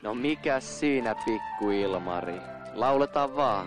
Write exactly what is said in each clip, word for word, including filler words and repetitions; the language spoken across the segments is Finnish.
No mikäs siinä, pikku Ilmari? Lauletaan vaan.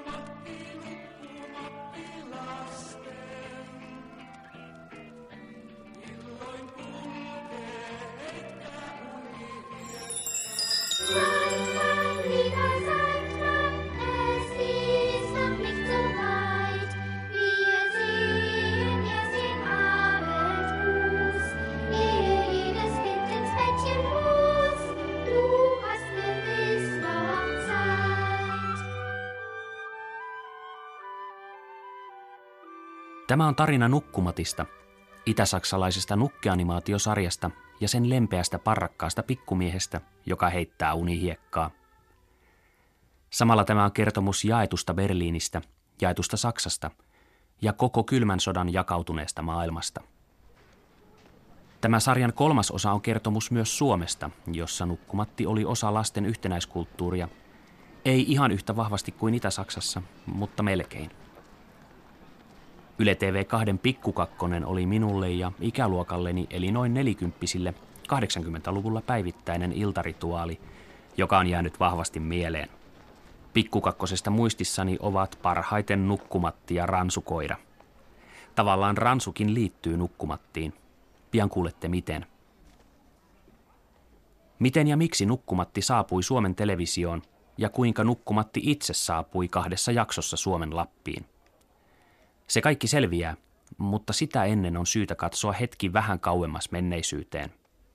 Tämä on tarina Nukkumatista, itäsaksalaisesta nukkeanimaatiosarjasta ja sen lempeästä parrakkaasta pikkumiehestä, joka heittää unihiekkaa. Samalla tämä on kertomus jaetusta Berliinistä, jaetusta Saksasta ja koko kylmän sodan jakautuneesta maailmasta. Tämä sarjan kolmas osa on kertomus myös Suomesta, jossa Nukkumatti oli osa lasten yhtenäiskulttuuria. Ei ihan yhtä vahvasti kuin Itä-Saksassa, mutta melkein. Yle T V kaksi Pikkukakkonen oli minulle ja ikäluokalleni eli noin nelikymppisille kahdeksankymmentäluvulla päivittäinen iltarituaali, joka on jäänyt vahvasti mieleen. Pikkukakkosesta muistissani ovat parhaiten Nukkumatti ja Ransukoira. Tavallaan Ransukin liittyy Nukkumattiin. Pian kuulette miten. Miten ja miksi Nukkumatti saapui Suomen televisioon ja kuinka Nukkumatti itse saapui kahdessa jaksossa Suomen Lappiin. Se kaikki selviää, mutta sitä ennen on syytä katsoa hetki vähän kauemmas menneisyyteen.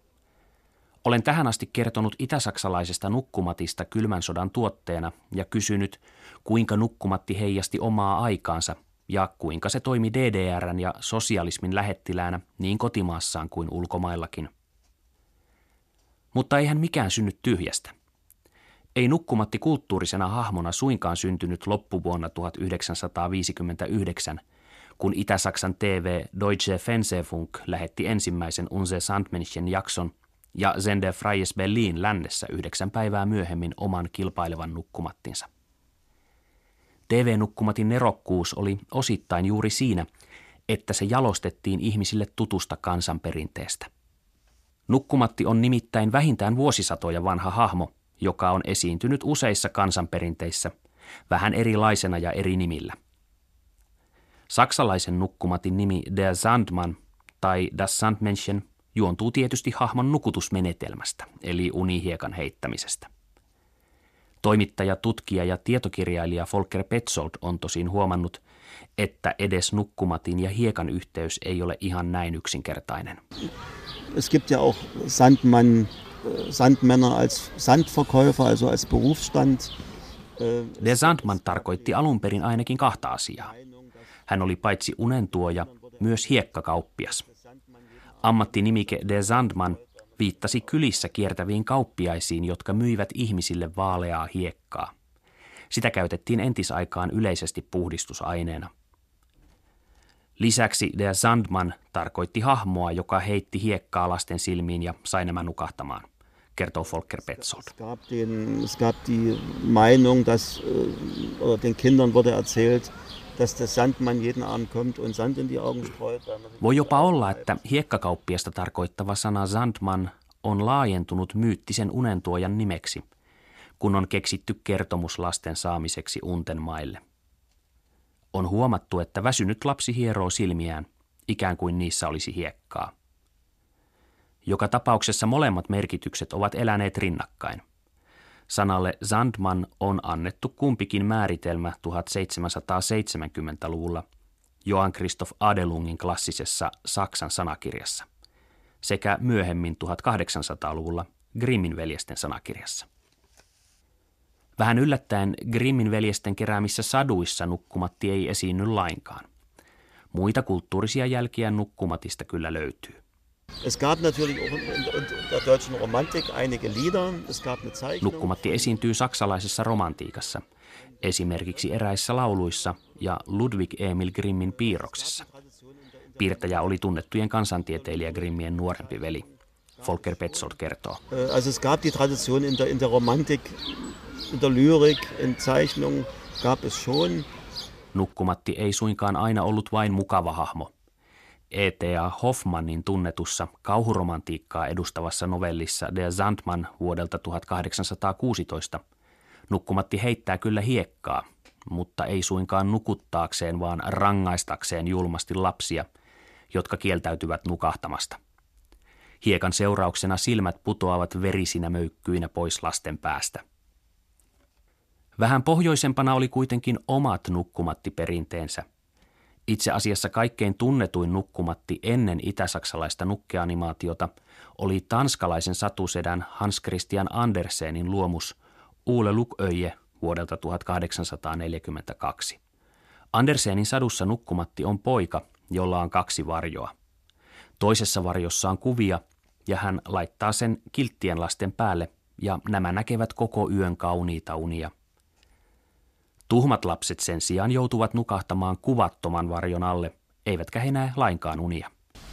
Olen tähän asti kertonut itäsaksalaisesta Nukkumatista kylmän sodan tuotteena ja kysynyt, kuinka Nukkumatti heijasti omaa aikaansa ja kuinka se toimi D D R:n ja sosialismin lähettiläänä niin kotimaassaan kuin ulkomaillakin. Mutta eihän mikään synny tyhjästä. Ei Nukkumatti kulttuurisena hahmona suinkaan syntynyt loppuvuonna tuhatyhdeksänsataaviisikymmentäyhdeksän, kun Itä-Saksan T V Deutsche Fernsehfunk lähetti ensimmäisen Unser Sandmännchen jakson ja Sender Freies Berlin lännessä yhdeksän päivää myöhemmin oman kilpailevan Nukkumattinsa. T V-Nukkumatin nerokkuus oli osittain juuri siinä, että se jalostettiin ihmisille tutusta kansanperinteestä. Nukkumatti on nimittäin vähintään vuosisatoja vanha hahmo, joka on esiintynyt useissa kansanperinteissä, vähän erilaisena ja eri nimillä. Saksalaisen Nukkumatin nimi Der Sandmann tai Das Sandmännchen juontuu tietysti hahmon nukutusmenetelmästä, eli unihiekan heittämisestä. Toimittaja, tutkija ja tietokirjailija Volker Petzold on tosin huomannut, että edes Nukkumatin ja hiekan yhteys ei ole ihan näin yksinkertainen. Es gibt ja auch Sandmann, Sandmänner als Sandverkäufer, also als Berufsstand. Der Sandmann tarkoitti alun perin ainakin kahta asiaa. Hän oli paitsi unentuoja, myös hiekkakauppias. Ammattinimike Der Sandmann viittasi kylissä kiertäviin kauppiaisiin, jotka myivät ihmisille vaaleaa hiekkaa. Sitä käytettiin entisaikaan yleisesti puhdistusaineena. Lisäksi Der Sandmann tarkoitti hahmoa, joka heitti hiekkaa lasten silmiin ja sai nämä nukahtamaan, kertoo Volker Petzold. Es gab, den, es gab die Meinung, dass oder den Kindern wurde erzählt, dass der Sandmann jeden Abend kommt und Sand in die Augen streut. Voi jopa olla, että hiekkakauppiasta tarkoittava sana Sandmann on laajentunut myyttisen unentuojan nimeksi, kun on keksitty kertomus lasten saamiseksi unten maille. On huomattu, että väsynyt lapsi hieroo silmiään, ikään kuin niissä olisi hiekkaa. Joka tapauksessa molemmat merkitykset ovat eläneet rinnakkain. Sanalle Sandmann on annettu kumpikin määritelmä tuhatseitsemänsataaseitsemänkymmentäluvulla Johann Christoph Adelungin klassisessa Saksan sanakirjassa sekä myöhemmin tuhatkahdeksansataaluvulla Grimmin veljesten sanakirjassa. Vähän yllättäen Grimmin veljesten keräämissä saduissa Nukkumatti ei esiinny lainkaan. Muita kulttuurisia jälkiä Nukkumatista kyllä löytyy. Es gab natürlich auch in der deutschen Romantik einige Lieder, es gab eine Zeichnung. Nukkumatti esiintyy saksalaisessa romantiikassa, esimerkiksi eräissä lauluissa ja Ludwig Emil Grimmin piirroksessa. Piirtäjä oli tunnettujen kansantieteilijä Grimmien nuorempi veli. Volker Petzold kertoo. Also es gab die Tradition in der, in der Romantik, in der Lyrik, in Zeichnung gab es schon. Nukkumatti ei suinkaan aina ollut vain mukava hahmo. E T A Hoffmannin tunnetussa kauhuromantiikkaa edustavassa novellissa Der Sandmann vuodelta tuhatkahdeksansataakuusitoista Nukkumatti heittää kyllä hiekkaa, mutta ei suinkaan nukuttaakseen, vaan rangaistakseen julmasti lapsia, jotka kieltäytyvät nukahtamasta. Hiekan seurauksena silmät putoavat verisinä möykkyinä pois lasten päästä. Vähän pohjoisempana oli kuitenkin omat nukkumattiperinteensä. Itse asiassa kaikkein tunnetuin nukkumatti ennen itäsaksalaista nukkeanimaatiota oli tanskalaisen satusedän Hans Christian Andersenin luomus Ole Lukøje vuodelta tuhatkahdeksansataaneljäkymmentäkaksi. Andersenin sadussa nukkumatti on poika, jolla on kaksi varjoa. Toisessa varjossa on kuvia ja hän laittaa sen kilttien lasten päälle ja nämä näkevät koko yön kauniita unia. Tuhmat lapset sen sijaan joutuvat nukahtamaan kuvattoman varjon alle, eivätkä he näe lainkaan unia.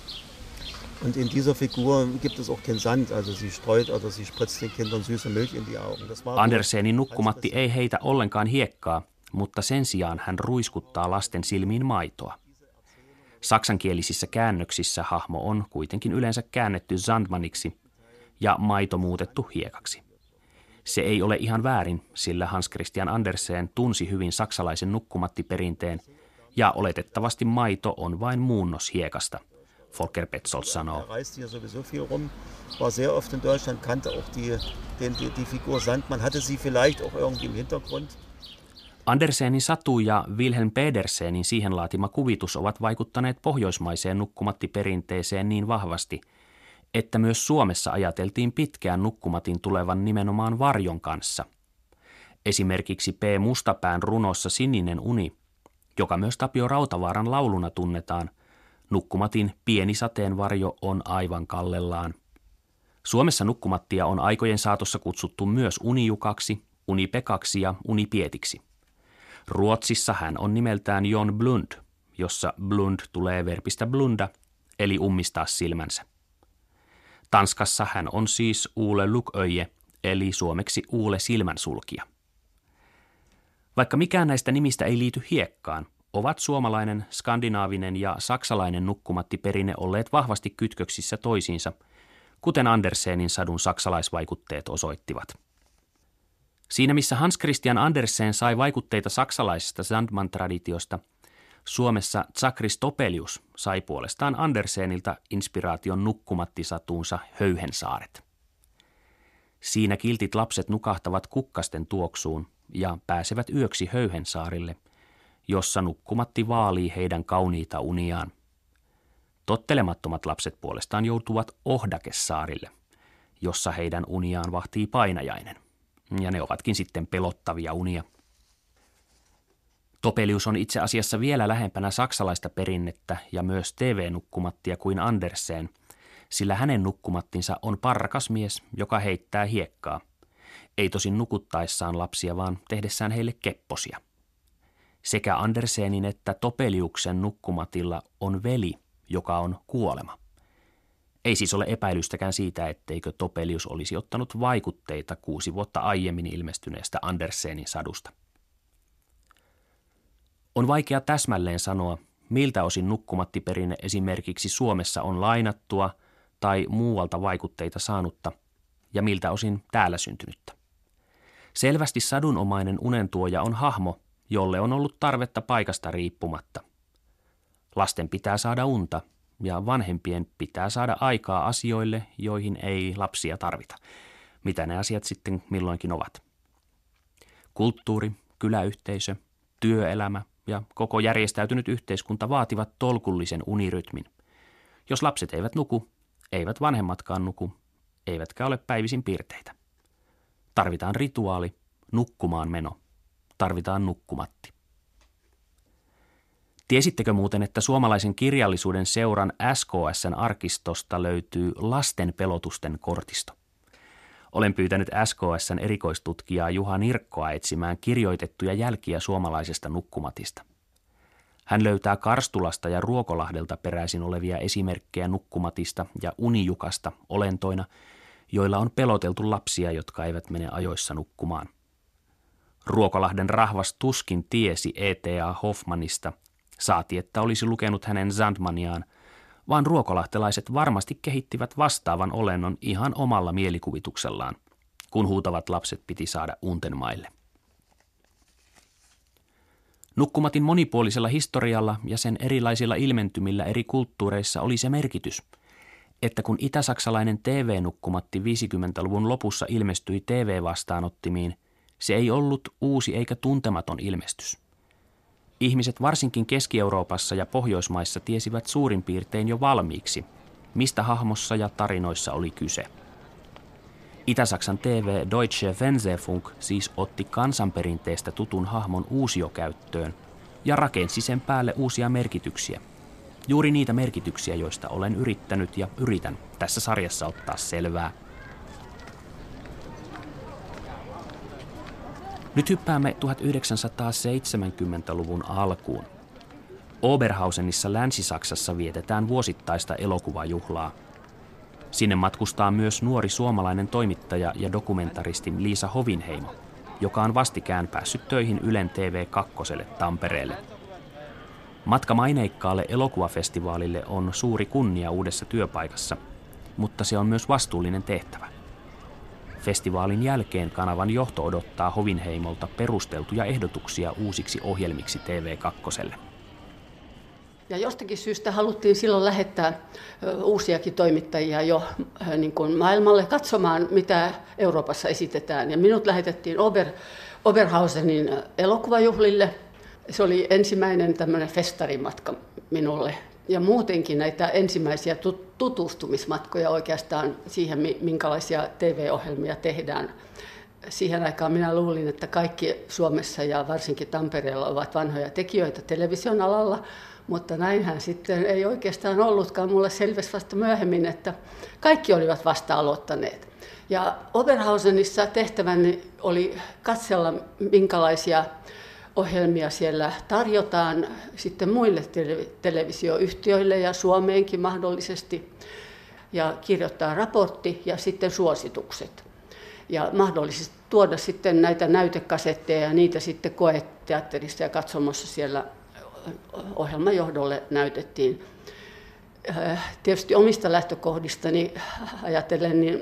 Und in dieser Figur gibt es auch kein Sand, also sie streut oder sie spritzt den Kindern süße Milch in die Augen. Das war Andersenin nukkumatti ei heitä ollenkaan hiekkaa, mutta sen sijaan hän ruiskuttaa lasten silmiin maitoa. Saksankielisissä käännöksissä hahmo on kuitenkin yleensä käännetty Sandmanniksi ja maito muutettu hiekaksi. Se ei ole ihan väärin, sillä Hans Christian Andersen tunsi hyvin saksalaisen nukkumattiperinteen ja oletettavasti maito on vain muunnos hiekasta, Volker Petzold sanoo. Er reiste hier sowieso viel rum, war sehr oft in Deutschland, kannte auch die, den, die, die Figur Sandmann, hatte sie vielleicht auch irgendwie im Hintergrund. Andersenin satu ja Wilhelm Pedersenin siihen laatima kuvitus ovat vaikuttaneet pohjoismaiseen nukkumattiperinteeseen niin vahvasti, että myös Suomessa ajateltiin pitkään nukkumatin tulevan nimenomaan varjon kanssa. Esimerkiksi P. Mustapään runossa Sininen uni, joka myös Tapio Rautavaaran lauluna tunnetaan, nukkumatin pieni sateenvarjo on aivan kallellaan. Suomessa nukkumattia on aikojen saatossa kutsuttu myös unijukaksi, unipekaksi ja unipietiksi. Ruotsissa hän on nimeltään Jon Blund, jossa blund tulee verpistä blunda, eli ummistaa silmänsä. Tanskassa hän on siis Ole Lukøje, eli suomeksi Uule silmänsulkija. Vaikka mikään näistä nimistä ei liity hiekkaan, ovat suomalainen, skandinaavinen ja saksalainen nukkumattiperinne olleet vahvasti kytköksissä toisiinsa, kuten Andersenin sadun saksalaisvaikutteet osoittivat. Siinä missä Hans Christian Andersen sai vaikutteita saksalaisesta Sandman-traditiosta, Suomessa Tsakris Topelius sai puolestaan Andersenilta inspiraation nukkumattisatuunsa Höyhensaaret. Siinä kiltit lapset nukahtavat kukkasten tuoksuun ja pääsevät yöksi Höyhensaarille, jossa nukkumatti vaalii heidän kauniita uniaan. Tottelemattomat lapset puolestaan joutuvat Ohdakessaarille, jossa heidän uniaan vahtii painajainen. Ja ne ovatkin sitten pelottavia unia. Topelius on itse asiassa vielä lähempänä saksalaista perinnettä ja myös T V-nukkumattia kuin Andersen, sillä hänen nukkumattinsa on parrakas mies, joka heittää hiekkaa. Ei tosin nukuttaessaan lapsia, vaan tehdessään heille kepposia. Sekä Andersenin että Topeliuksen nukkumatilla on veli, joka on kuolema. Ei siis ole epäilystäkään siitä, etteikö Topelius olisi ottanut vaikutteita kuusi vuotta aiemmin ilmestyneestä Andersenin sadusta. On vaikea täsmälleen sanoa, miltä osin nukkumattiperinne esimerkiksi Suomessa on lainattua tai muualta vaikutteita saanutta ja miltä osin täällä syntynyttä. Selvästi sadunomainen unentuoja on hahmo, jolle on ollut tarvetta paikasta riippumatta. Lasten pitää saada unta ja vanhempien pitää saada aikaa asioille, joihin ei lapsia tarvita. Mitä ne asiat sitten milloinkin ovat. Kulttuuri, kyläyhteisö, työelämä ja koko järjestäytynyt yhteiskunta vaativat tolkullisen unirytmin. Jos lapset eivät nuku, eivät vanhemmatkaan nuku, eivätkä ole päivisin piirteitä. Tarvitaan rituaali, nukkumaan meno. Tarvitaan nukkumatti. Tiesittekö muuten, että suomalaisen kirjallisuuden seuran S K S:n arkistosta löytyy lasten pelotusten kortisto? Olen pyytänyt S K S:n erikoistutkijaa Juha Nirkkoa etsimään kirjoitettuja jälkiä suomalaisesta nukkumatista. Hän löytää Karstulasta ja Ruokolahdelta peräisin olevia esimerkkejä nukkumatista ja unijukasta olentoina, joilla on peloteltu lapsia, jotka eivät mene ajoissa nukkumaan. Ruokolahden rahvas tuskin tiesi E T A Hoffmannista, saati että olisi lukenut hänen Sandmaniaan, vaan ruokolahtelaiset varmasti kehittivät vastaavan olennon ihan omalla mielikuvituksellaan, kun huutavat lapset piti saada Untenmaille. Nukkumatin monipuolisella historialla ja sen erilaisilla ilmentymillä eri kulttuureissa oli se merkitys, että kun itäsaksalainen T V-nukkumatti viisikymmentäluvun lopussa ilmestyi T V-vastaanottimiin, se ei ollut uusi eikä tuntematon ilmestys. Ihmiset varsinkin Keski-Euroopassa ja Pohjoismaissa tiesivät suurin piirtein jo valmiiksi, mistä hahmossa ja tarinoissa oli kyse. Itä-Saksan T V Deutsche Fernsehfunk siis otti kansanperinteestä tutun hahmon uusiokäyttöön ja rakensi sen päälle uusia merkityksiä. Juuri niitä merkityksiä, joista olen yrittänyt ja yritän tässä sarjassa ottaa selvää. Nyt hyppäämme tuhatyhdeksänsataaseitsemänkymmentäluvun alkuun. Oberhausenissa Länsi-Saksassa vietetään vuosittaista elokuvajuhlaa. Sinne matkustaa myös nuori suomalainen toimittaja ja dokumentaristi Liisa Hovinheimo, joka on vastikään päässyt töihin Ylen T V kaksi Tampereelle. Matka maineikkaalle elokuvafestivaalille on suuri kunnia uudessa työpaikassa, mutta se on myös vastuullinen tehtävä. Festivaalin jälkeen kanavan johto odottaa Hovinheimolta perusteltuja ehdotuksia uusiksi ohjelmiksi T V kaksi. Ja jostakin syystä haluttiin silloin lähettää uusiakin toimittajia jo niin kuin maailmalle katsomaan, mitä Euroopassa esitetään. Ja minut lähetettiin Ober, Oberhausenin elokuvajuhlille. Se oli ensimmäinen tämmöinen festarimatka minulle. Ja muutenkin näitä ensimmäisiä tutustumismatkoja oikeastaan siihen, minkälaisia T V-ohjelmia tehdään. Siihen aikaan minä luulin, että kaikki Suomessa ja varsinkin Tampereella ovat vanhoja tekijöitä television alalla, mutta näinhän sitten ei oikeastaan ollutkaan. Mulle selvisi vasta myöhemmin, että kaikki olivat vasta aloittaneet. Ja Oberhausenissa tehtäväni oli katsella, minkälaisia ohjelmia siellä tarjotaan sitten muille televisioyhtiöille ja Suomeenkin mahdollisesti, ja kirjoittaa raportti ja sitten suositukset. Ja mahdollisesti tuoda sitten näitä näytekasetteja ja niitä sitten koeteatterissa ja katsomossa siellä ohjelmajohdolle näytettiin. Tietysti omista lähtökohdistani ajatellen, niin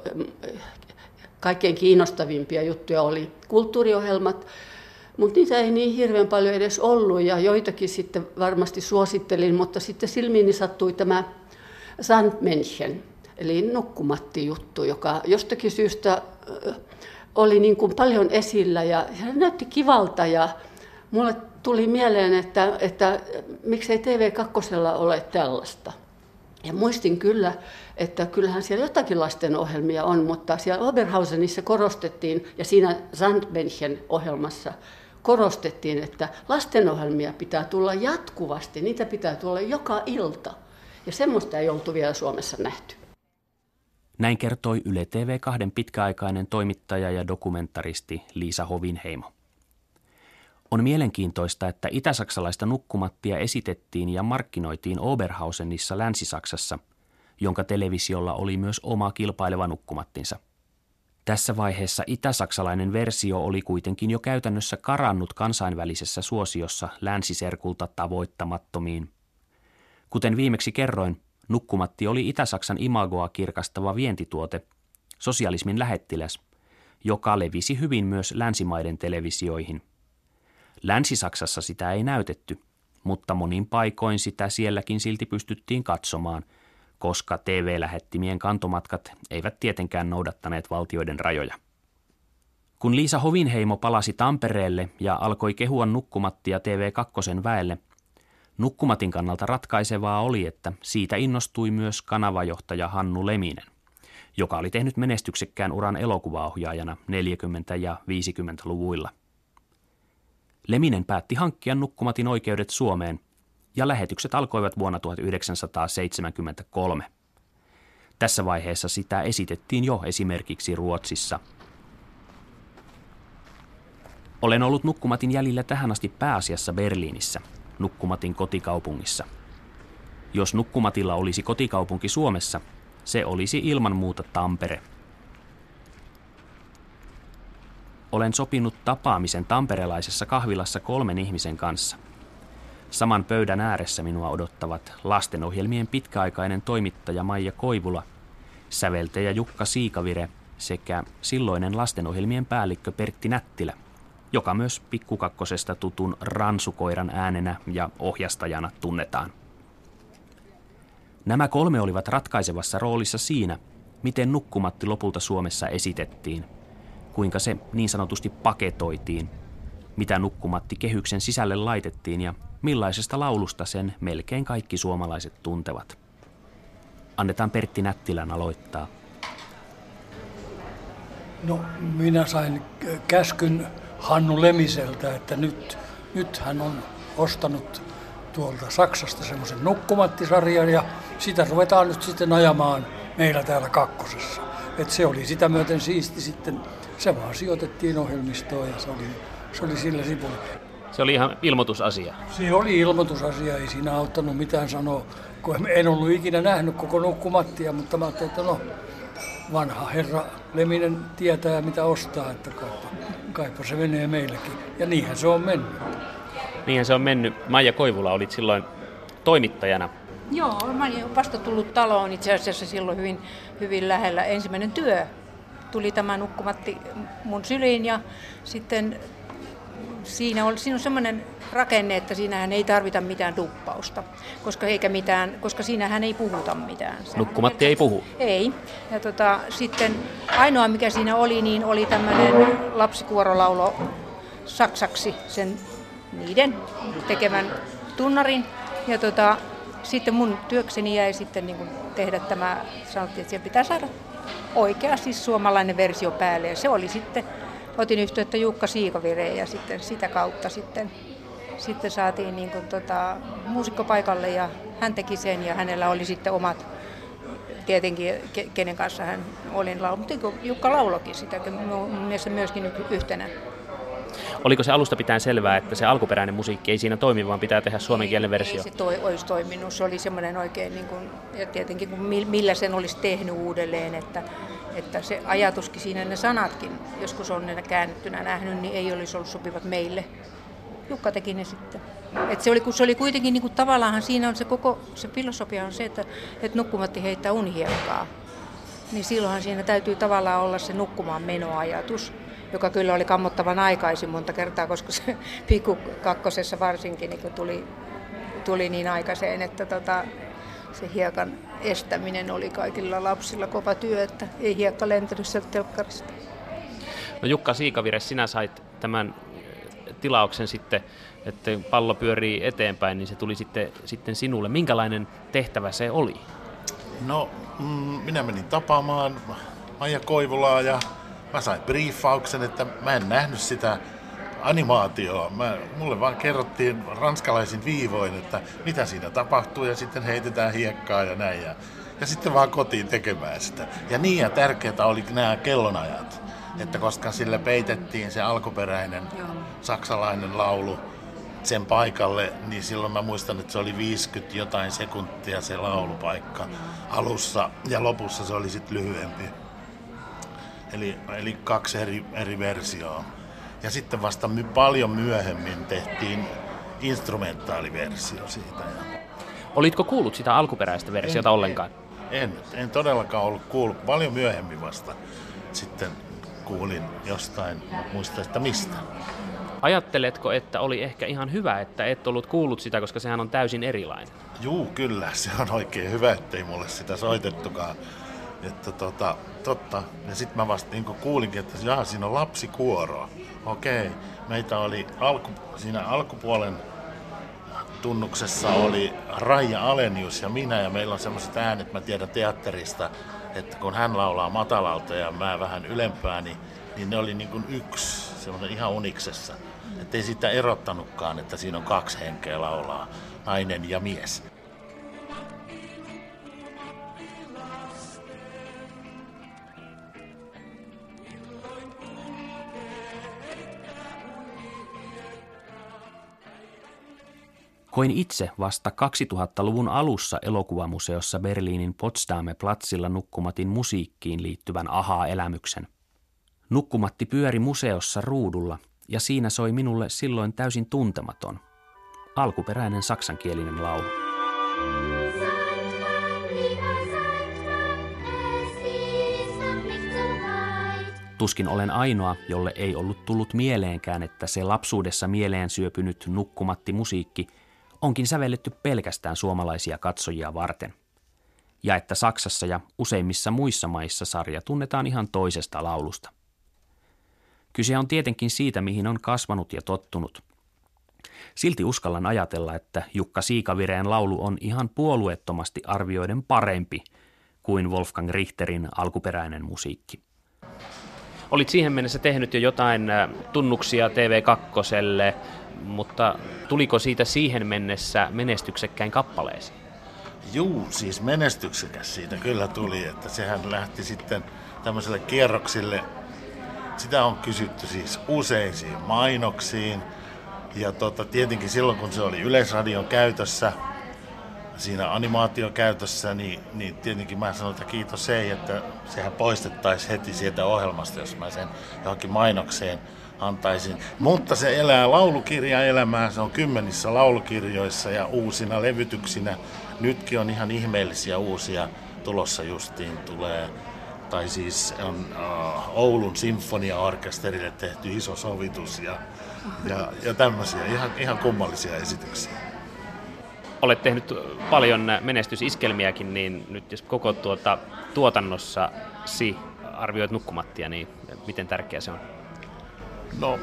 kaikkein kiinnostavimpia juttuja oli kulttuuriohjelmat, mutta niitä ei niin hirveän paljon edes ollut ja joitakin sitten varmasti suosittelin, mutta sitten silmiini sattui tämä Sandmännchen, eli nukkumatti-juttu, joka jostakin syystä oli niin kuin paljon esillä ja se näytti kivalta ja mulle tuli mieleen, että, että miksei T V kaksi ole tällaista. Ja muistin kyllä, että kyllähän siellä jotakin lastenohjelmia on, mutta siellä Oberhausenissa korostettiin ja siinä Sandmännchen ohjelmassa korostettiin, että lastenohjelmia pitää tulla jatkuvasti, niitä pitää tulla joka ilta. Ja semmoista ei oltu vielä Suomessa nähty. Näin kertoi Yle T V kaksi pitkäaikainen toimittaja ja dokumentaristi Liisa Hovinheimo. On mielenkiintoista, että itäsaksalaista nukkumattia esitettiin ja markkinoitiin Oberhausenissa Länsi-Saksassa, jonka televisiolla oli myös oma kilpaileva nukkumattinsa. Tässä vaiheessa itäsaksalainen versio oli kuitenkin jo käytännössä karannut kansainvälisessä suosiossa länsiserkulta tavoittamattomiin. Kuten viimeksi kerroin, nukkumatti oli Itä-Saksan imagoa kirkastava vientituote, sosialismin lähettiläs, joka levisi hyvin myös länsimaiden televisioihin. Länsi-Saksassa sitä ei näytetty, mutta monin paikoin sitä sielläkin silti pystyttiin katsomaan, koska T V-lähettimien kantomatkat eivät tietenkään noudattaneet valtioiden rajoja. Kun Liisa Hovinheimo palasi Tampereelle ja alkoi kehua nukkumattia T V kaksi väelle, nukkumatin kannalta ratkaisevaa oli, että siitä innostui myös kanavajohtaja Hannu Leminen, joka oli tehnyt menestyksekkään uran elokuvaohjaajana neljäkymmentä- ja viisikymmentäluvuilla. Leminen päätti hankkia nukkumatin oikeudet Suomeen, ja lähetykset alkoivat vuonna tuhatyhdeksänsataaseitsemänkymmentäkolme. Tässä vaiheessa sitä esitettiin jo esimerkiksi Ruotsissa. Olen ollut nukkumatin jäljillä tähän asti pääasiassa Berliinissä, nukkumatin kotikaupungissa. Jos nukkumatilla olisi kotikaupunki Suomessa, se olisi ilman muuta Tampere. Olen sopinut tapaamisen tamperelaisessa kahvilassa kolmen ihmisen kanssa. Saman pöydän ääressä minua odottavat lastenohjelmien pitkäaikainen toimittaja Maija Koivula, säveltäjä Jukka Siikavire sekä silloinen lastenohjelmien päällikkö Pertti Nättilä, joka myös Pikkukakkosesta tutun ransukoiran äänenä ja ohjastajana tunnetaan. Nämä kolme olivat ratkaisevassa roolissa siinä, miten Nukkumatti lopulta Suomessa esitettiin, kuinka se niin sanotusti paketoitiin, mitä Nukkumatti kehyksen sisälle laitettiin ja millaisesta laulusta sen melkein kaikki suomalaiset tuntevat. Annetaan Pertti Nättilän aloittaa. No, minä sain käskyn Hannu Lemiseltä, että nyt, nyt hän on ostanut tuolta Saksasta semmoisen Nukkumatti-sarjan ja sitä ruvetaan nyt sitten ajamaan meillä täällä Kakkosessa. Et se oli sitä myöten siisti sitten, se vaan sijoitettiin ohjelmistoon ja se oli, se oli sillä sipuli. Se oli ihan ilmoitusasia. Se oli ilmoitusasia, ei siinä auttanut mitään sanoa, kun en ollut ikinä nähnyt koko Nukkumattia, mutta mä ajattelin, että no, vanha herra Leminen tietää mitä ostaa, että kaipa, kaipa se menee meillekin. Ja niinhän se on mennyt. Niinhän se on mennyt. Maija Koivula olit silloin toimittajana. Joo, mä olin vasta tullut taloon itse asiassa silloin hyvin, hyvin lähellä. Ensimmäinen työ tuli tämä Nukkumatti mun syliin ja sitten siinä on, siinä on semmoinen rakenne, että siinähän ei tarvita mitään duppausta, koska, eikä mitään, koska siinähän ei puhuta mitään. Nukkumatti ei puhu? Ei. Ja tota, sitten ainoa mikä siinä oli, niin oli tämmöinen lapsikuorolaulo saksaksi sen niiden tekemän tunnarin. Ja tota, sitten mun työkseni jäi sitten niin kuin tehdä tämä, sanottiin, että siellä pitää saada oikea siis suomalainen versio päälle. Ja se oli sitten, otin yhteyttä Jukka Siikavireen ja sitten sitä kautta sitten, sitten saatiin niin kuin tota, muusikko paikalle ja hän teki sen ja hänellä oli sitten omat, tietenkin kenen kanssa hän oli laulu, mutta Jukka laulokin sitä, mun mielestä myöskin yhtenä. Oliko se alusta pitäen selvää, että se alkuperäinen musiikki ei siinä toimi, vaan pitää tehdä suomenkielinen versio? Ei se toi, olisi toiminut. Se oli semmoinen oikein, niin kuin, ja tietenkin kun millä sen olisi tehnyt uudelleen, että, että se ajatuskin siinä, ne sanatkin, joskus on ne käännettynä nähnyt, niin ei olisi ollut sopivat meille. Jukka teki ne sitten. Et se, oli, se oli kuitenkin niin kuin, tavallaan siinä on se koko, se filosofia on se, että, että Nukkumatti heittää unihiekkaa. Niin silloinhan siinä täytyy tavallaan olla se nukkumaan menoajatus, joka kyllä oli kammottavan aikaisin monta kertaa, koska se Pikkukakkosessa varsinkin niin tuli, tuli niin aikaiseen, että tota, se hiekan estäminen oli kaikilla lapsilla kova työ, että ei hiekka lentänyt sieltä telkkarista. No Jukka Siikavire, sinä sait tämän tilauksen sitten, että pallo pyörii eteenpäin, niin se tuli sitten, sitten sinulle. Minkälainen tehtävä se oli? No, mm, minä menin tapaamaan Maija Koivulaa ja mä sain briefauksen, että mä en nähnyt sitä animaatioa. Mä, mulle vaan kerrottiin ranskalaisin viivoin, että mitä siinä tapahtuu ja sitten heitetään hiekkaa ja näin. Ja, ja sitten vaan kotiin tekemään sitä. Ja niin ja tärkeää oli nämä kellonajat, että koska sille peitettiin se alkuperäinen saksalainen laulu sen paikalle, niin silloin mä muistan, että se oli viisikymmentä jotain sekuntia se laulupaikka alussa ja lopussa se oli sitten lyhyempi. Eli, eli kaksi eri, eri versioa. Ja sitten vasta my, paljon myöhemmin tehtiin instrumentaaliversio siitä. Olitko kuullut sitä alkuperäistä versiota en, ollenkaan? En, en todellakaan ollut kuullut. Paljon myöhemmin vasta sitten kuulin jostain, muista että mistä. Ajatteletko, että oli ehkä ihan hyvä, että et ollut kuullut sitä, koska sehän on täysin erilainen? Juu, kyllä. Se on oikein hyvä, ettei mulle sitä soitettukaan. Että tota, totta. Ja sitten mä vasta niin kuulinkin, että jaa, siinä on lapsikuoroa. Okei. Meitä oli alku, siinä alkupuolen tunnuksessa oli Raija Alenius ja minä, ja meillä on sellaiset äänet, mä tiedän teatterista, että kun hän laulaa matalalta ja mä vähän ylempää, niin, niin ne oli niin kuin yksi, semmoinen ihan uniksessa. Että ei sitä erottanutkaan, että siinä on kaksi henkeä laulaa, nainen ja mies. Koin itse vasta kaksituhattaluvun alussa elokuvamuseossa Berliinin Potsdamer-platsilla Nukkumatin musiikkiin liittyvän ahaa-elämyksen. Nukkumatti pyöri museossa ruudulla ja siinä soi minulle silloin täysin tuntematon, alkuperäinen saksankielinen laulu. Tuskin olen ainoa, jolle ei ollut tullut mieleenkään, että se lapsuudessa mieleen syöpynyt nukkumatti-musiikki onkin sävelletty pelkästään suomalaisia katsojia varten. Ja että Saksassa ja useimmissa muissa maissa sarja tunnetaan ihan toisesta laulusta. Kyse on tietenkin siitä, mihin on kasvanut ja tottunut. Silti uskallan ajatella, että Jukka Siikavireen laulu on ihan puolueettomasti arvioiden parempi kuin Wolfgang Richterin alkuperäinen musiikki. Olit siihen mennessä tehnyt jo jotain tunnuksia T V kakkoselle, mutta tuliko siitä siihen mennessä menestyksekkäin kappaleeseen? Juu, siis menestyksekäs siitä kyllä tuli, että sehän lähti sitten tämmöiselle kierroksille. Sitä on kysytty siis useisiin mainoksiin ja tota, tietenkin silloin kun se oli Yleisradion käytössä, siinä animaatiokäytössä, niin, niin tietenkin mä sanoin, että kiitos ei, että sehän poistettaisiin heti sieltä ohjelmasta, jos mä sen johonkin mainokseen antaisin. Mutta se elää laulukirjan elämää, se on kymmenissä laulukirjoissa ja uusina levytyksinä. Nytkin on ihan ihmeellisiä uusia tulossa justiin tulee. Tai siis on uh, Oulun sinfoniaorkesterille tehty iso sovitus ja, ja, ja tämmöisiä ihan, ihan kummallisia esityksiä. Olet tehnyt paljon menestysiskelmiäkin, niin nyt jos koko tuota tuotannossasi arvioit Nukkumattia, niin miten tärkeä se on? No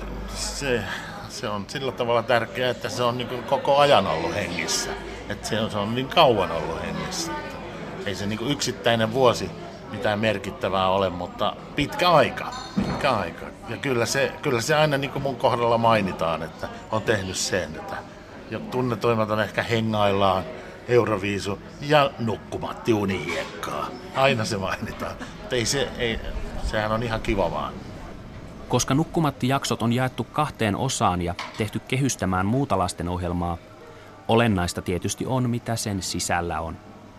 se, se on sillä tavalla tärkeää, että se on niin kuin koko ajan ollut hengissä. Että se on, se on niin kauan ollut hengissä. Että ei se niin kuin yksittäinen vuosi mitään merkittävää ole, mutta pitkä aika. Pitkä aika. Ja kyllä se, kyllä se aina niin kuin mun kohdalla mainitaan, että on tehnyt sen, että ja tunnetuimmat on ehkä Hengaillaan, Euroviisu ja Nukkumatti unihiekkaa. Aina se mainitaan. Ei se, ei, sehän on ihan kiva vaan. Koska Nukkumatti-jaksot on jaettu kahteen osaan ja tehty kehystämään muuta lastenohjelmaa, olennaista tietysti on, mitä sen sisällä on.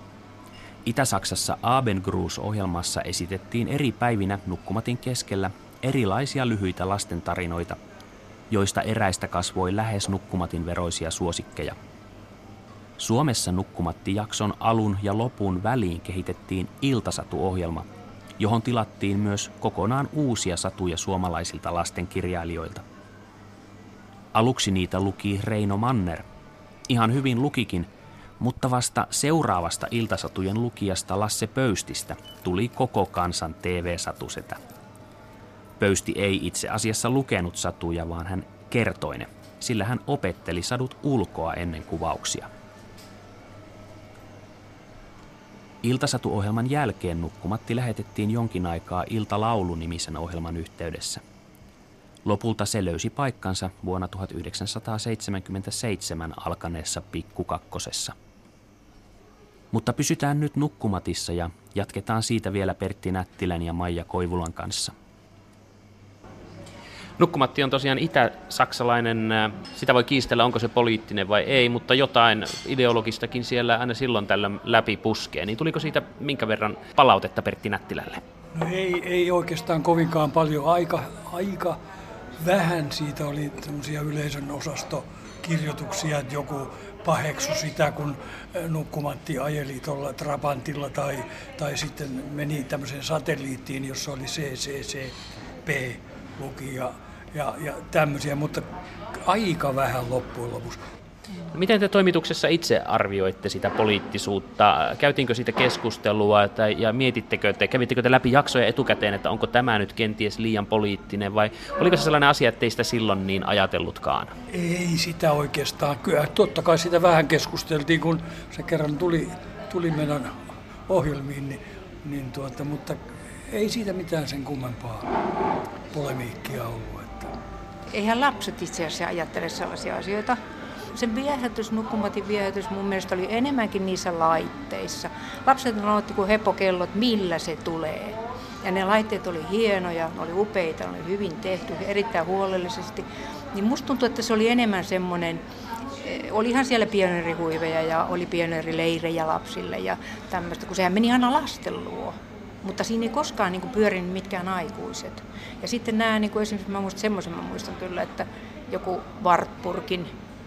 Itä-Saksassa Abendgruß-ohjelmassa esitettiin eri päivinä Nukkumatin keskellä erilaisia lyhyitä lastentarinoita, joista eräistä kasvoi lähes Nukkumatin veroisia suosikkeja. Suomessa Nukkumatti-jakson alun ja lopun väliin kehitettiin Iltasatu-ohjelma, johon tilattiin myös kokonaan uusia satuja suomalaisilta lastenkirjailijoilta. Aluksi niitä luki Reino Manner. Ihan hyvin lukikin, mutta vasta seuraavasta iltasatujen lukijasta Lasse Pöystistä tuli koko kansan T V-satusetä. Pöysti ei itse asiassa lukenut satuja, vaan hän kertoi ne, sillä hän opetteli sadut ulkoa ennen kuvauksia. Iltasatu-ohjelman jälkeen Nukkumatti lähetettiin jonkin aikaa Iltalaulu-nimisen ohjelman yhteydessä. Lopulta se löysi paikkansa vuonna tuhatyhdeksänsataaseitsemänkymmentäseitsemän alkaneessa Pikku Kakkosessa. Mutta pysytään nyt Nukkumatissa ja jatketaan siitä vielä Pertti Nättilän ja Maija Koivulan kanssa. Nukkumatti on tosiaan itä-saksalainen, sitä voi kiistellä, onko se poliittinen vai ei, mutta jotain ideologistakin siellä aina silloin tällöin läpi puskee. Niin tuliko siitä minkä verran palautetta Pertti Nättilälle? No ei, ei oikeastaan kovinkaan paljon. Aika, aika vähän siitä oli tämmöisiä yleisön osastokirjoituksia, että joku paheksui sitä, kun Nukkumatti ajeli tuolla Trabantilla tai, tai sitten meni tämmöiseen satelliittiin, jossa oli C C C P luki ja, ja, ja tämmöisiä, mutta aika vähän loppujen lopuksi. Miten te toimituksessa itse arvioitte sitä poliittisuutta? Käytiinkö siitä keskustelua tai, ja mietittekö te, kävittekö te läpi jaksoja etukäteen, että onko tämä nyt kenties liian poliittinen vai oliko se sellainen asia, että ei sitä silloin niin ajatellutkaan? Ei sitä oikeastaan. Kyllä totta kai sitä vähän keskusteltiin, kun se kerran tuli, tuli meidän ohjelmiin, niin, niin tuota, mutta ei siitä mitään sen kummempaa polemiikkia ollut. Että. Eihän lapset itse asiassa ajattele sellaisia asioita. Sen viehätys, Nukkumatin viehätys mun mielestä oli enemmänkin niissä laitteissa. Lapset otti kuin hepokellot, millä se tulee. Ja ne laitteet oli hienoja, ne oli upeita, ne oli hyvin tehty, erittäin huolellisesti. Niin musta tuntuu, että se oli enemmän semmoinen, olihan siellä pioneerihuiveja ja oli pioneerileirejä lapsille ja tämmöistä, kun sehän meni aina lasten luo. Mutta siinä ei koskaan niin kuin pyörinyt mitkään aikuiset. Ja sitten nämä, niin kuin esimerkiksi mä muistan, semmoisen mä muistan kyllä, että joku Wartburgin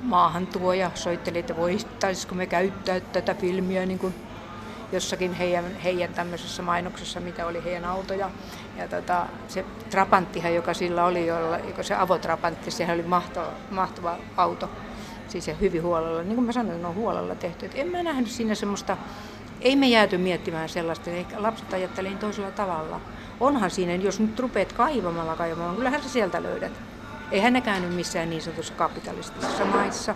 maahantuoja soitteli, että voitaisiko me käyttää tätä filmiä niin kuin jossakin heidän, heidän tämmöisessä mainoksessa, mitä oli heidän autoja. Ja tota, se Trabanttihan, joka sillä oli, jolla, joka se avotrabantti, sehän oli mahtava, mahtava auto. Siis se hyvin huolella, niin kuin mä sanoin, ne on huolella tehty. Et en mä nähnyt siinä semmoista, ei me jääty miettimään sellaista, ehkä lapset ajattelivat toisella tavalla. Onhan siinä, jos nyt rupeat kaivamalla kaivamaan, kyllähän sä sieltä löydät. Eihän ne käynyt missään niin sanotussa kapitalistisissa maissa.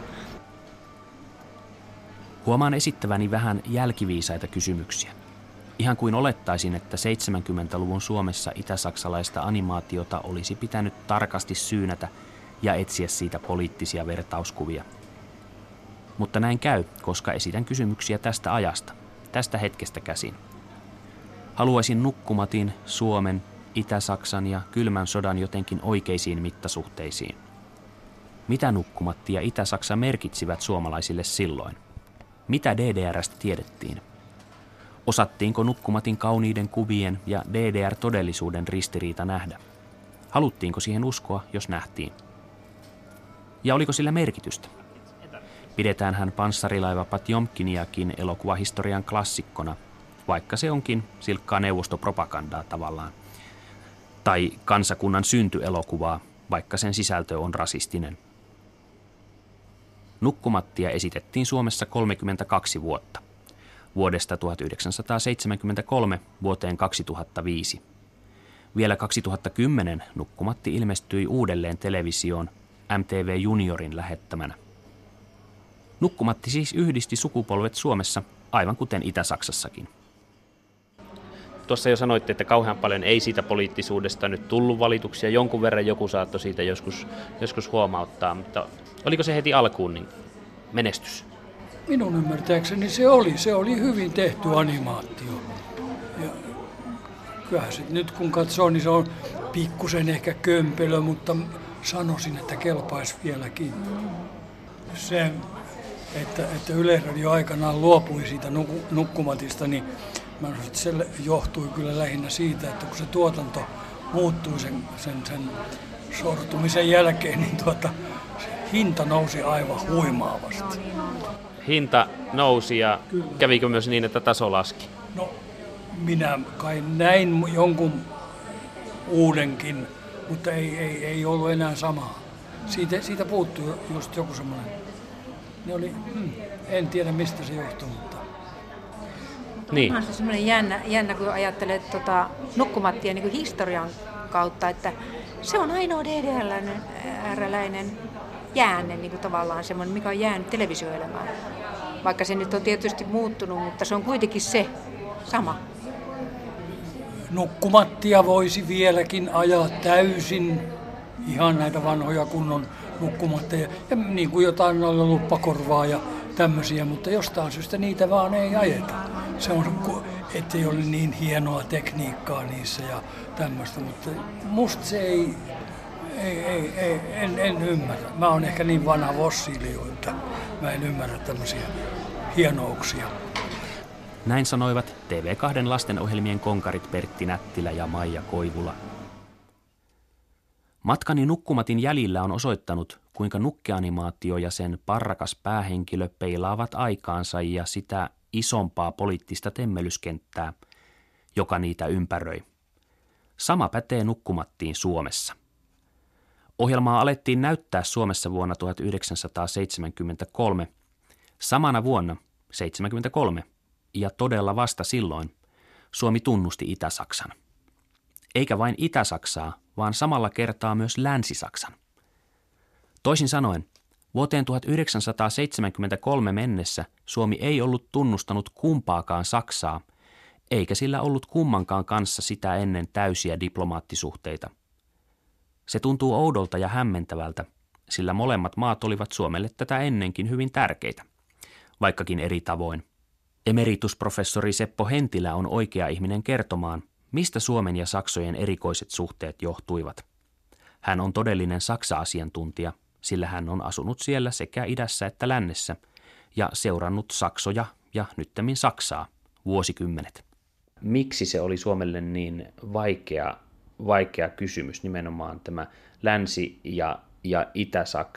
Huomaan esittäväni vähän jälkiviisaita kysymyksiä. Ihan kuin olettaisin, että seitsemänkymmentäluvun Suomessa itäsaksalaista animaatiota olisi pitänyt tarkasti syynätä ja etsiä siitä poliittisia vertauskuvia. Mutta näin käy, koska esitän kysymyksiä tästä ajasta, tästä hetkestä käsin. Haluaisin Nukkumatin, Suomen, Itä-Saksan ja kylmän sodan jotenkin oikeisiin mittasuhteisiin. Mitä Nukkumatti ja Itä-Saksa merkitsivät suomalaisille silloin? Mitä D D R:stä tiedettiin? Osattiinko Nukkumatin kauniiden kuvien ja D D R-todellisuuden ristiriita nähdä? Haluttiinko siihen uskoa, jos nähtiin? Ja oliko sillä merkitystä? Pidetäänhän panssarilaiva Patjomkiniakin elokuvahistorian klassikkona, vaikka se onkin silkkaa neuvostopropagandaa tavallaan. Tai kansakunnan syntyelokuvaa, vaikka sen sisältö on rasistinen. Nukkumattia esitettiin Suomessa kolmekymmentäkaksi vuotta, vuodesta tuhatyhdeksänsataaseitsemänkymmentäkolme vuoteen kaksituhattaviisi. Vielä kaksituhattakymmenen Nukkumatti ilmestyi uudelleen televisioon M T V Juniorin lähettämänä. Nukkumatti siis yhdisti sukupolvet Suomessa, aivan kuten Itä-Saksassakin. Tuossa jo sanoitte, että kauhean paljon ei siitä poliittisuudesta nyt tullut valituksia. Jonkun verran joku saattoi siitä joskus, joskus huomauttaa, mutta oliko se heti alkuun niin menestys? Minun ymmärtääkseni se oli. Se oli hyvin tehty animaatio. Ja kyllähän se nyt kun katsoo, niin se on pikkusen ehkä kömpelö, mutta sanoisin, että kelpaisi vieläkin. Se, että, että Yleisradio aikanaan luopui siitä Nukkumatista, niin mä sanoisin, että se johtui kyllä lähinnä siitä, että kun se tuotanto muuttui sen, sen, sen sortumisen jälkeen, niin tuota, se hinta nousi aivan huimaavasti. Hinta nousi ja kyllä. Kävikö myös niin, että taso laski? No, minä kai näin jonkun uudenkin, mutta ei, ei, ei ollut enää samaa. Siitä, siitä puuttui just joku semmoinen. Ne oli, hmm, en tiedä mistä se johtui, mutta... Niin. Onhan se semmoinen jännä, jännä kun ajattelee tota, Nukkumattia niin kuin historian kautta, että se on ainoa D D R-läinen jäänne niin kuin tavallaan semmoinen, mikä on jäänyt televisioelämään. Vaikka se nyt on tietysti muuttunut, mutta se on kuitenkin se sama. Nukkumattia voisi vieläkin ajaa täysin, ihan näitä vanhoja kunnon nukkumatteja, ja niin kuin jotain noilla luppakorvaa ja tämmöisiä, mutta jostain syystä niitä vaan ei ajeta. Se on, ettei ole niin hienoa tekniikkaa niissä ja tämmöistä, mutta musta se ei, ei, ei, ei en, en ymmärrä. Mä oon ehkä niin vanha fossiilio, että mä en ymmärrä tämmöisiä hienouksia. Näin sanoivat T V kaksi lastenohjelmien konkarit Pertti Nättilä ja Maija Koivula. Matkani Nukkumatin jäljillä on osoittanut, kuinka nukkeanimaatio ja sen parrakas päähenkilö peilaavat aikaansa ja sitä isompaa poliittista temmellyskenttää, joka niitä ympäröi. Sama pätee Nukkumattiin Suomessa. Ohjelmaa alettiin näyttää Suomessa vuonna tuhatyhdeksänsataaseitsemänkymmentäkolme, samana vuonna seitsemänkymmentäkolme, ja todella vasta silloin Suomi tunnusti Itä-Saksan. Eikä vain Itä-Saksaa, vaan samalla kertaa myös Länsi-Saksan. Toisin sanoen, vuoteen tuhatyhdeksänsataaseitsemänkymmentäkolme mennessä Suomi ei ollut tunnustanut kumpaakaan Saksaa, eikä sillä ollut kummankaan kanssa sitä ennen täysiä diplomaattisuhteita. Se tuntuu oudolta ja hämmentävältä, sillä molemmat maat olivat Suomelle tätä ennenkin hyvin tärkeitä, vaikkakin eri tavoin. Emeritusprofessori Seppo Hentilä on oikea ihminen kertomaan, mistä Suomen ja Saksojen erikoiset suhteet johtuivat. Hän on todellinen Saksa-asiantuntija, sillä hän on asunut siellä sekä idässä että lännessä ja seurannut Saksoja ja nyttemmin Saksaa vuosikymmenet. Miksi se oli Suomelle niin vaikea, vaikea kysymys, nimenomaan tämä Länsi- ja, ja Itä-Saksa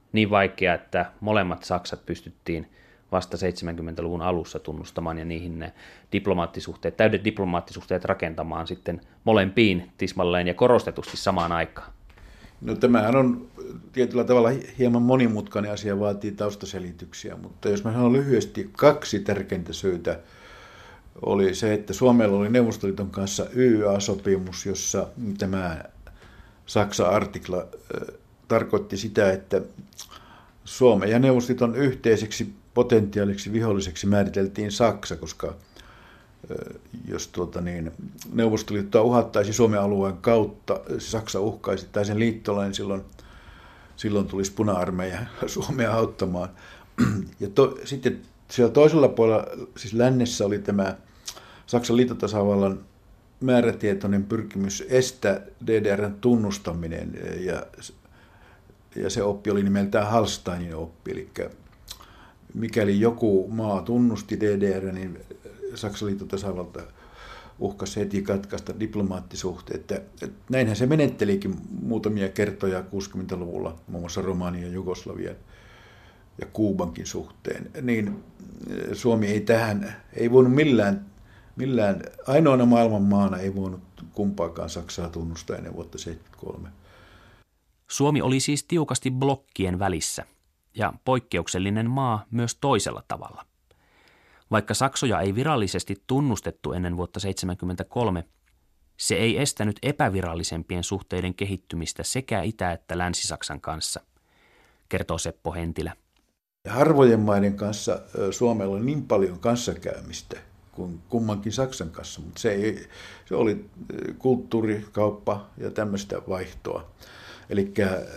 niin vaikea, että molemmat Saksat pystyttiin vasta seitsemänkymmentäluvun alussa tunnustamaan ja niihin ne diplomaattisuhteet, täydet diplomaattisuhteet rakentamaan sitten molempiin tismalleen ja korostetusti samaan aikaan? No tämähän on tietyllä tavalla hieman monimutkainen asia, vaatii taustaselityksiä, mutta jos mä sanon lyhyesti, kaksi tärkeintä syytä oli se, että Suomella oli Neuvostoliiton kanssa Y A-sopimus, jossa tämä Saksa-artikla tarkoitti sitä, että Suomen ja Neuvostoliiton yhteiseksi potentiaaliksi viholliseksi määriteltiin Saksa, koska jos tuota niin, Neuvostoliittoa uhattaisi Suomen alueen kautta, Saksa uhkaisi tai sen liittolainen, silloin, silloin tulisi puna-armeija Suomea auttamaan. Ja to, sitten siellä toisella puolella, siis lännessä oli tämä Saksan liittotasavallan määrätietoinen pyrkimys estää D D R:n tunnustaminen, ja, ja se oppi oli nimeltään Hallsteinin oppi, eli mikäli joku maa tunnusti D D R, niin Saksan liittotasavalta uhkasi heti katkaista diplomaattisuhteet. Näinhän se menettelikin muutamia kertoja kuusikymmentäluvulla, muun muassa Romanian, Jugoslavian ja Kuubankin suhteen. Niin Suomi ei tähän, ei voinut millään, millään ainoana maailman maana ei voinut kumpaakaan Saksaa tunnustaa ennen vuotta seitsemänkymmentäkolme. Suomi oli siis tiukasti blokkien välissä ja poikkeuksellinen maa myös toisella tavalla. Vaikka Saksoja ei virallisesti tunnustettu ennen vuotta seitsemänkymmentäkolme, se ei estänyt epävirallisempien suhteiden kehittymistä sekä Itä- että Länsi-Saksan kanssa, kertoo Seppo Hentilä. Harvojen maiden kanssa Suomella oli niin paljon kanssakäymistä kuin kummankin Saksan kanssa, mutta se, ei, se oli kulttuuri, kauppa ja tämmöistä vaihtoa. Eli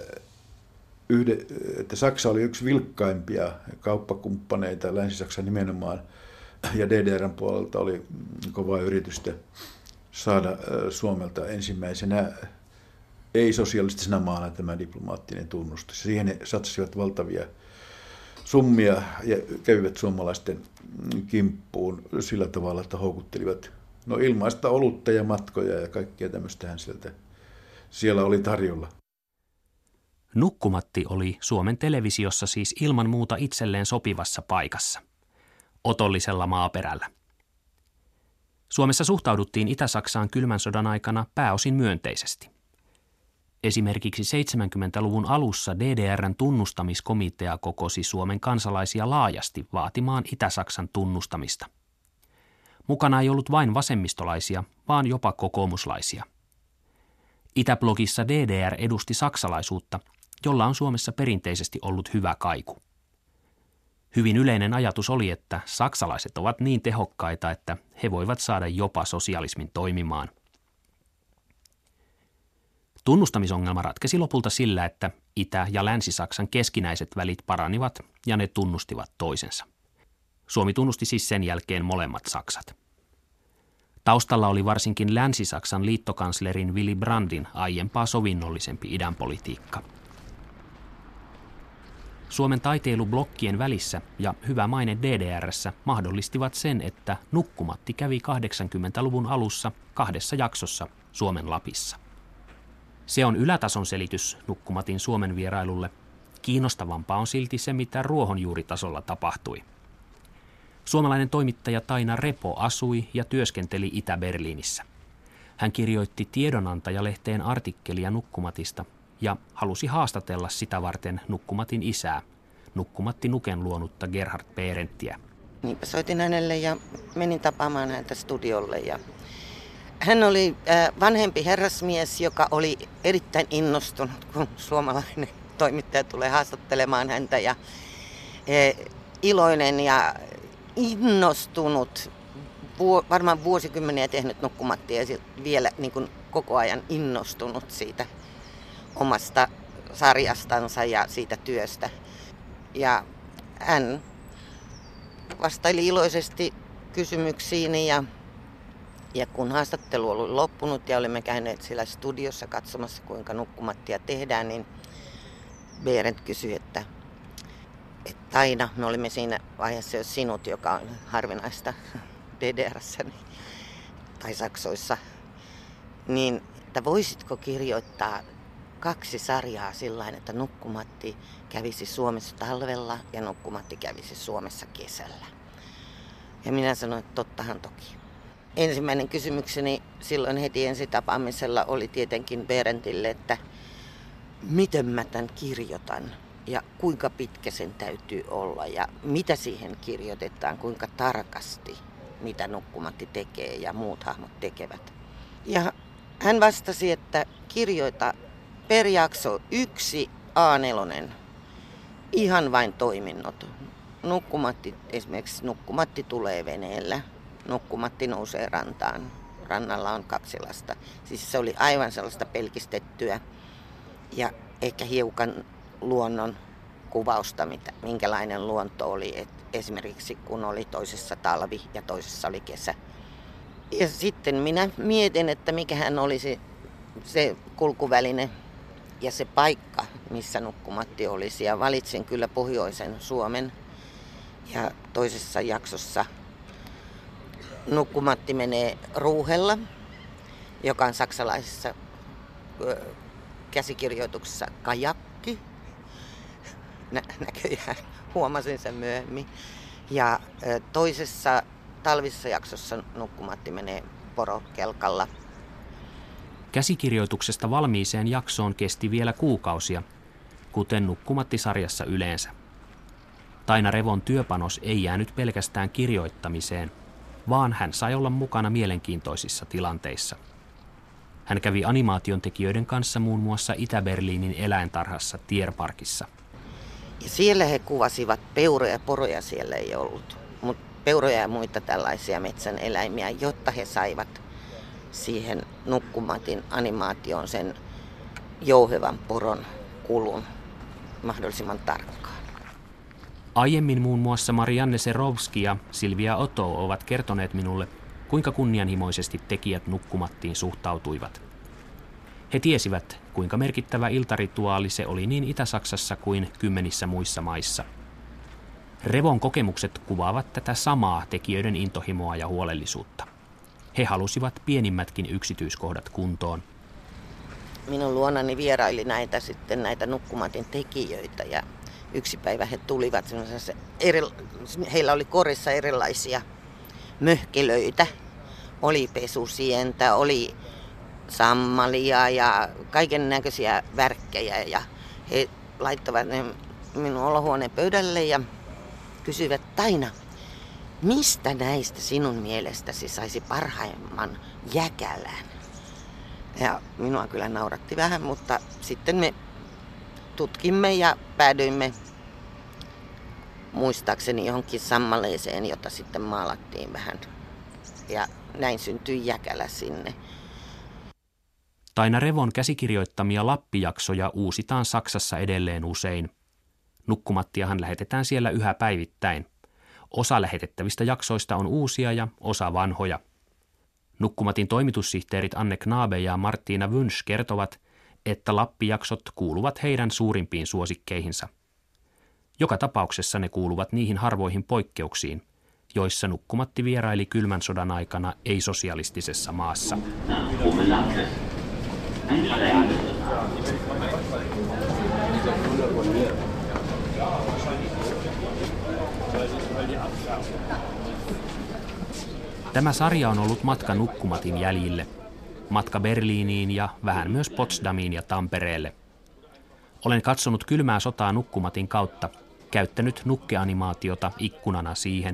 että Saksa oli yksi vilkkaimpia kauppakumppaneita, Länsi-Saksa nimenomaan, ja D D R:n puolelta oli kovaa yritystä saada Suomelta ensimmäisenä ei-sosialistisena maana tämä diplomaattinen tunnustus. Siihen he satsasivat valtavia summia ja kävivät suomalaisten kimppuun sillä tavalla, että houkuttelivat no, ilmaista olutta ja matkoja ja kaikkea tämmöistähän sieltä siellä oli tarjolla. Nukkumatti oli Suomen televisiossa siis ilman muuta itselleen sopivassa paikassa, otollisella maaperällä. Suomessa suhtauduttiin Itä-Saksaan kylmän sodan aikana pääosin myönteisesti. Esimerkiksi seitsemänkymmentäluvun alussa D D R:n tunnustamiskomitea kokosi Suomen kansalaisia laajasti vaatimaan Itä-Saksan tunnustamista. Mukana ei ollut vain vasemmistolaisia, vaan jopa kokoomuslaisia. Itäblogissa D D R edusti saksalaisuutta, jolla on Suomessa perinteisesti ollut hyvä kaiku. Hyvin yleinen ajatus oli, että saksalaiset ovat niin tehokkaita, että he voivat saada jopa sosialismin toimimaan. Tunnustamisongelma ratkesi lopulta sillä, että Itä- ja Länsi-Saksan keskinäiset välit paranivat ja ne tunnustivat toisensa. Suomi tunnusti siis sen jälkeen molemmat Saksat. Taustalla oli varsinkin Länsi-Saksan liittokanslerin Willy Brandtin aiempaa sovinnollisempi idänpolitiikka. Suomen taiteilu blokkien välissä ja hyvä maine D D R:ssä mahdollistivat sen, että Nukkumatti kävi kahdeksankymmentäluvun alussa kahdessa jaksossa Suomen Lapissa. Se on ylätason selitys Nukkumatin Suomen vierailulle. Kiinnostavampaa on silti se, mitä ruohonjuuritasolla tapahtui. Suomalainen toimittaja Taina Repo asui ja työskenteli Itä-Berliinissä. Hän kirjoitti Tiedonantaja-lehteen artikkelia Nukkumatista ja halusi haastatella sitä varten Nukkumatin isää, Nukkumatti Nuken luonutta Gerhard Berendtiä. Niinpä soitin hänelle ja menin tapaamaan häntä studiolle. Ja hän oli vanhempi herrasmies, joka oli erittäin innostunut, kun suomalainen toimittaja tulee haastattelemaan häntä. Ja iloinen ja innostunut, varmaan vuosikymmeniä tehnyt Nukkumattia ja vielä niin kuin koko ajan innostunut siitä omasta sarjastansa ja siitä työstä. Ja hän vastaili iloisesti kysymyksiini ja, ja kun haastattelu oli loppunut ja olimme käyneet siellä studiossa katsomassa, kuinka Nukkumattia tehdään, niin Berendt kysyi, että, että Taina, me olimme siinä vaiheessa jo sinut, joka on harvinaista D D R:ssä niin, tai Saksoissa, niin että voisitko kirjoittaa kaksi sarjaa sillain, että Nukkumatti kävisi Suomessa talvella ja Nukkumatti kävisi Suomessa kesällä. Ja minä sanoin, että tottahan toki. Ensimmäinen kysymykseni silloin heti ensitapaamisella oli tietenkin Berendille, että miten mä tämän kirjoitan ja kuinka pitkä sen täytyy olla ja mitä siihen kirjoitetaan, kuinka tarkasti, mitä Nukkumatti tekee ja muut hahmot tekevät. Ja hän vastasi, että kirjoita per jakso yksi A neljä, ihan vain toiminnot. Nukkumatti, esimerkiksi Nukkumatti tulee veneellä, Nukkumatti nousee rantaan, rannalla on kaksi lasta. Siis se oli aivan sellaista pelkistettyä ja ehkä hiukan luonnon kuvausta, mitä, minkälainen luonto oli. Et esimerkiksi kun oli toisessa talvi ja toisessa oli kesä. Ja sitten minä mietin, että mikähän olisi se kulkuväline ja se paikka, missä Nukkumatti olisi. Ja valitsin kyllä pohjoisen Suomen. Ja toisessa jaksossa Nukkumatti menee Ruuhella, joka on saksalaisessa käsikirjoituksessa kajakki. Nä- näköjään huomasin sen myöhemmin. Ja toisessa talvisessa jaksossa Nukkumatti menee porokelkalla. Käsikirjoituksesta valmiiseen jaksoon kesti vielä kuukausia, kuten Nukkumatti-sarjassa yleensä. Taina Revon työpanos ei jäänyt pelkästään kirjoittamiseen, vaan hän sai olla mukana mielenkiintoisissa tilanteissa. Hän kävi animaation tekijöiden kanssa muun muassa Itä-Berliinin eläintarhassa Tierparkissa. Ja siellä he kuvasivat peuroja, poroja siellä ei ollut, mutta peuroja ja muita tällaisia metsän eläimiä, jotta he saivat siihen Nukkumatin animaatioon sen jouhevan poron kulun mahdollisimman tarkkaan. Aiemmin muun muassa Marianne Serovski ja Silvia Otto ovat kertoneet minulle, kuinka kunnianhimoisesti tekijät Nukkumattiin suhtautuivat. He tiesivät, kuinka merkittävä iltarituaali se oli niin Itä-Saksassa kuin kymmenissä muissa maissa. Revon kokemukset kuvaavat tätä samaa tekijöiden intohimoa ja huolellisuutta. He halusivat pienimmätkin yksityiskohdat kuntoon. Minun luonani vieraili näitä sitten näitä Nukkumatin tekijöitä ja yksi päivä he tulivat, eri, heillä oli korissa erilaisia möhkelöitä, oli pesusientä, oli sammalia ja kaiken näköisiä värkkejä ja he laittavat ne minun olohuoneen pöydälle ja kysyivät, Taina, mistä näistä sinun mielestäsi saisi parhaimman jäkälän? Ja minua kyllä nauratti vähän, mutta sitten me tutkimme ja päädyimme muistaakseni johonkin sammaleeseen, jota sitten maalattiin vähän. Ja näin syntyi jäkälä sinne. Taina Revon käsikirjoittamia Lappi-jaksoja uusitaan Saksassa edelleen usein. Nukkumattiahan lähetetään siellä yhä päivittäin. Osa lähetettävistä jaksoista on uusia ja osa vanhoja. Nukkumatin toimitussihteerit Anne Knabe ja Martina Wünsch kertovat, että Lappi-jaksot kuuluvat heidän suurimpiin suosikkeihinsa. Joka tapauksessa ne kuuluvat niihin harvoihin poikkeuksiin, joissa Nukkumatti vieraili kylmän sodan aikana ei-sosialistisessa maassa. Tämä sarja on ollut matka Nukkumatin jäljille. Matka Berliiniin ja vähän myös Potsdamiin ja Tampereelle. Olen katsonut kylmää sotaa Nukkumatin kautta, käyttänyt nukkeanimaatiota ikkunana siihen.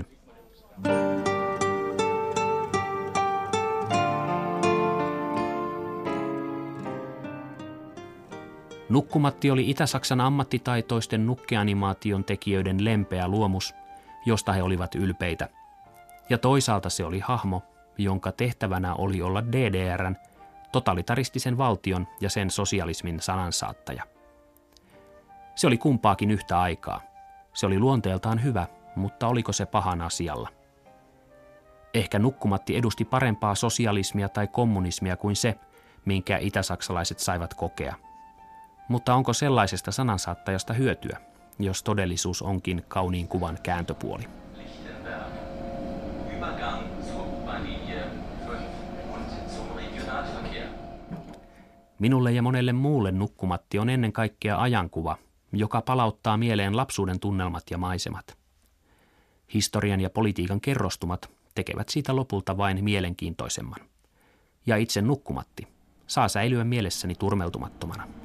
Nukkumatti oli Itä-Saksan ammattitaitoisten nukkeanimaation tekijöiden lempeä luomus, josta he olivat ylpeitä. Ja toisaalta se oli hahmo, jonka tehtävänä oli olla D D R:n, totalitaristisen valtion ja sen sosialismin sanansaattaja. Se oli kumpaakin yhtä aikaa. Se oli luonteeltaan hyvä, mutta oliko se pahan asialla? Ehkä Nukkumatti edusti parempaa sosialismia tai kommunismia kuin se, minkä itäsaksalaiset saivat kokea. Mutta onko sellaisesta sanansaattajasta hyötyä, jos todellisuus onkin kauniin kuvan kääntöpuoli? Minulle ja monelle muulle Nukkumatti on ennen kaikkea ajankuva, joka palauttaa mieleen lapsuuden tunnelmat ja maisemat. Historian ja politiikan kerrostumat tekevät siitä lopulta vain mielenkiintoisemman. Ja itse Nukkumatti saa säilyä mielessäni turmeltumattomana.